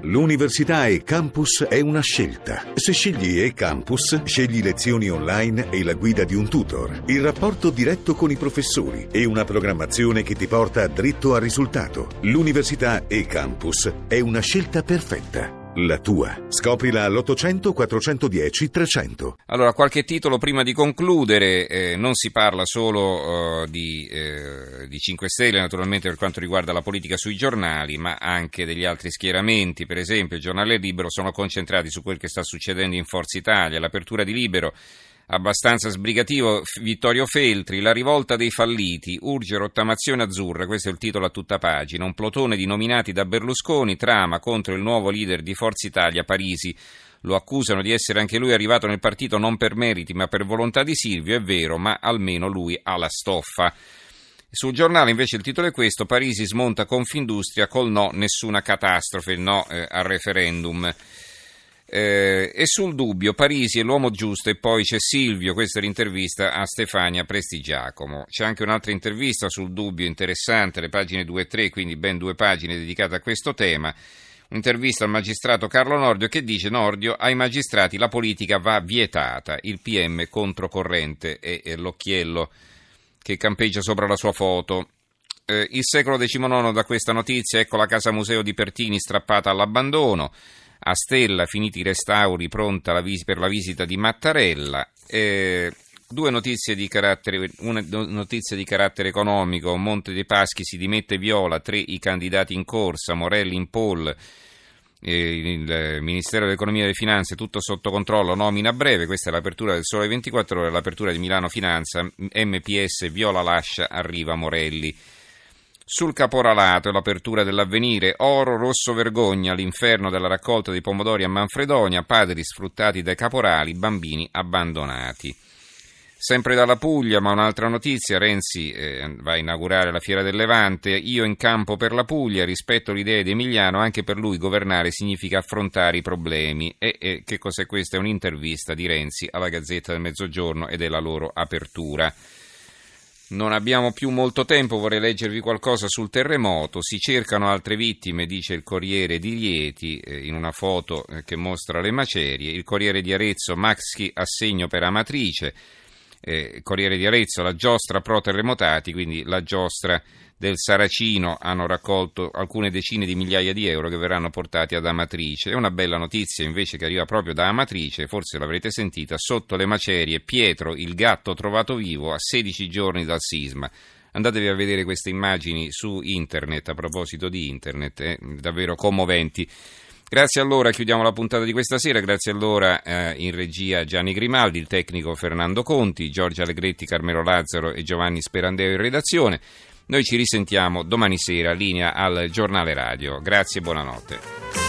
L'università e-Campus è una scelta. Se scegli e-Campus, scegli lezioni online e la guida di un tutor, il rapporto diretto con i professori e una programmazione che ti porta dritto al risultato. L'università e-Campus è una scelta perfetta. La tua. Scoprila all'800 410 300. Allora, qualche titolo prima di concludere. Non si parla solo di 5 Stelle, naturalmente, per quanto riguarda la politica sui giornali, ma anche degli altri schieramenti. Per esempio, il giornale Libero sono concentrati su quel che sta succedendo in Forza Italia. L'apertura di Libero, abbastanza sbrigativo, Vittorio Feltri, la rivolta dei falliti, urge rottamazione azzurra, questo è il titolo a tutta pagina, un plotone di nominati da Berlusconi trama contro il nuovo leader di Forza Italia, Parisi, lo accusano di essere anche lui arrivato nel partito non per meriti ma per volontà di Silvio, è vero, ma almeno lui ha la stoffa. Sul giornale invece il titolo è questo, Parisi smonta Confindustria col no, nessuna catastrofe, il no al referendum. E sul Dubbio, Parisi è l'uomo giusto e poi c'è Silvio, questa è l'intervista a Stefania Prestigiacomo. C'è anche un'altra intervista sul Dubbio interessante, le pagine 2 e 3, quindi ben 2 pagine dedicate a questo tema. Un'intervista al magistrato Carlo Nordio che dice: Nordio, ai magistrati la politica va vietata, il PM controcorrente, e l'occhiello che campeggia sopra la sua foto. Il secolo XIX da questa notizia, ecco la casa museo di Pertini strappata all'abbandono. A Stella, finiti i restauri, pronta per la visita di Mattarella. Due notizie di carattere, una notizia di carattere economico, Monte dei Paschi si dimette Viola, 3 i candidati in corsa, Morelli in poll, il Ministero dell'Economia e delle Finanze tutto sotto controllo, nomina a breve, questa è l'apertura del Sole 24 Ore, l'apertura di Milano Finanza, MPS, Viola lascia, arriva Morelli. Sul caporalato e l'apertura dell'Avvenire, oro, rosso, vergogna, l'inferno della raccolta dei pomodori a Manfredonia, padri sfruttati dai caporali, bambini abbandonati. Sempre dalla Puglia, ma un'altra notizia, Renzi va a inaugurare la Fiera del Levante, io in campo per la Puglia, rispetto l'idea di Emiliano, anche per lui governare significa affrontare i problemi. E che cos'è questa? È un'intervista di Renzi alla Gazzetta del Mezzogiorno ed è la loro apertura. Non abbiamo più molto tempo, vorrei leggervi qualcosa sul terremoto. Si cercano altre vittime, dice il Corriere di Rieti, in una foto che mostra le macerie. Il Corriere di Arezzo, maxi assegno per Amatrice. Corriere di Arezzo, la giostra pro terremotati, quindi la giostra del Saracino, hanno raccolto alcune decine di migliaia di euro che verranno portati ad Amatrice. È una bella notizia invece che arriva proprio da Amatrice, forse l'avrete sentita, sotto le macerie Pietro, il gatto trovato vivo a 16 giorni dal sisma. Andatevi a vedere queste immagini su internet, a proposito di internet, davvero commoventi. Grazie allora, chiudiamo la puntata di questa sera, grazie allora in regia Gianni Grimaldi, il tecnico Fernando Conti, Giorgia Allegretti, Carmelo Lazzaro e Giovanni Sperandeo in redazione. Noi ci risentiamo domani sera, linea al giornale radio. Grazie e buonanotte.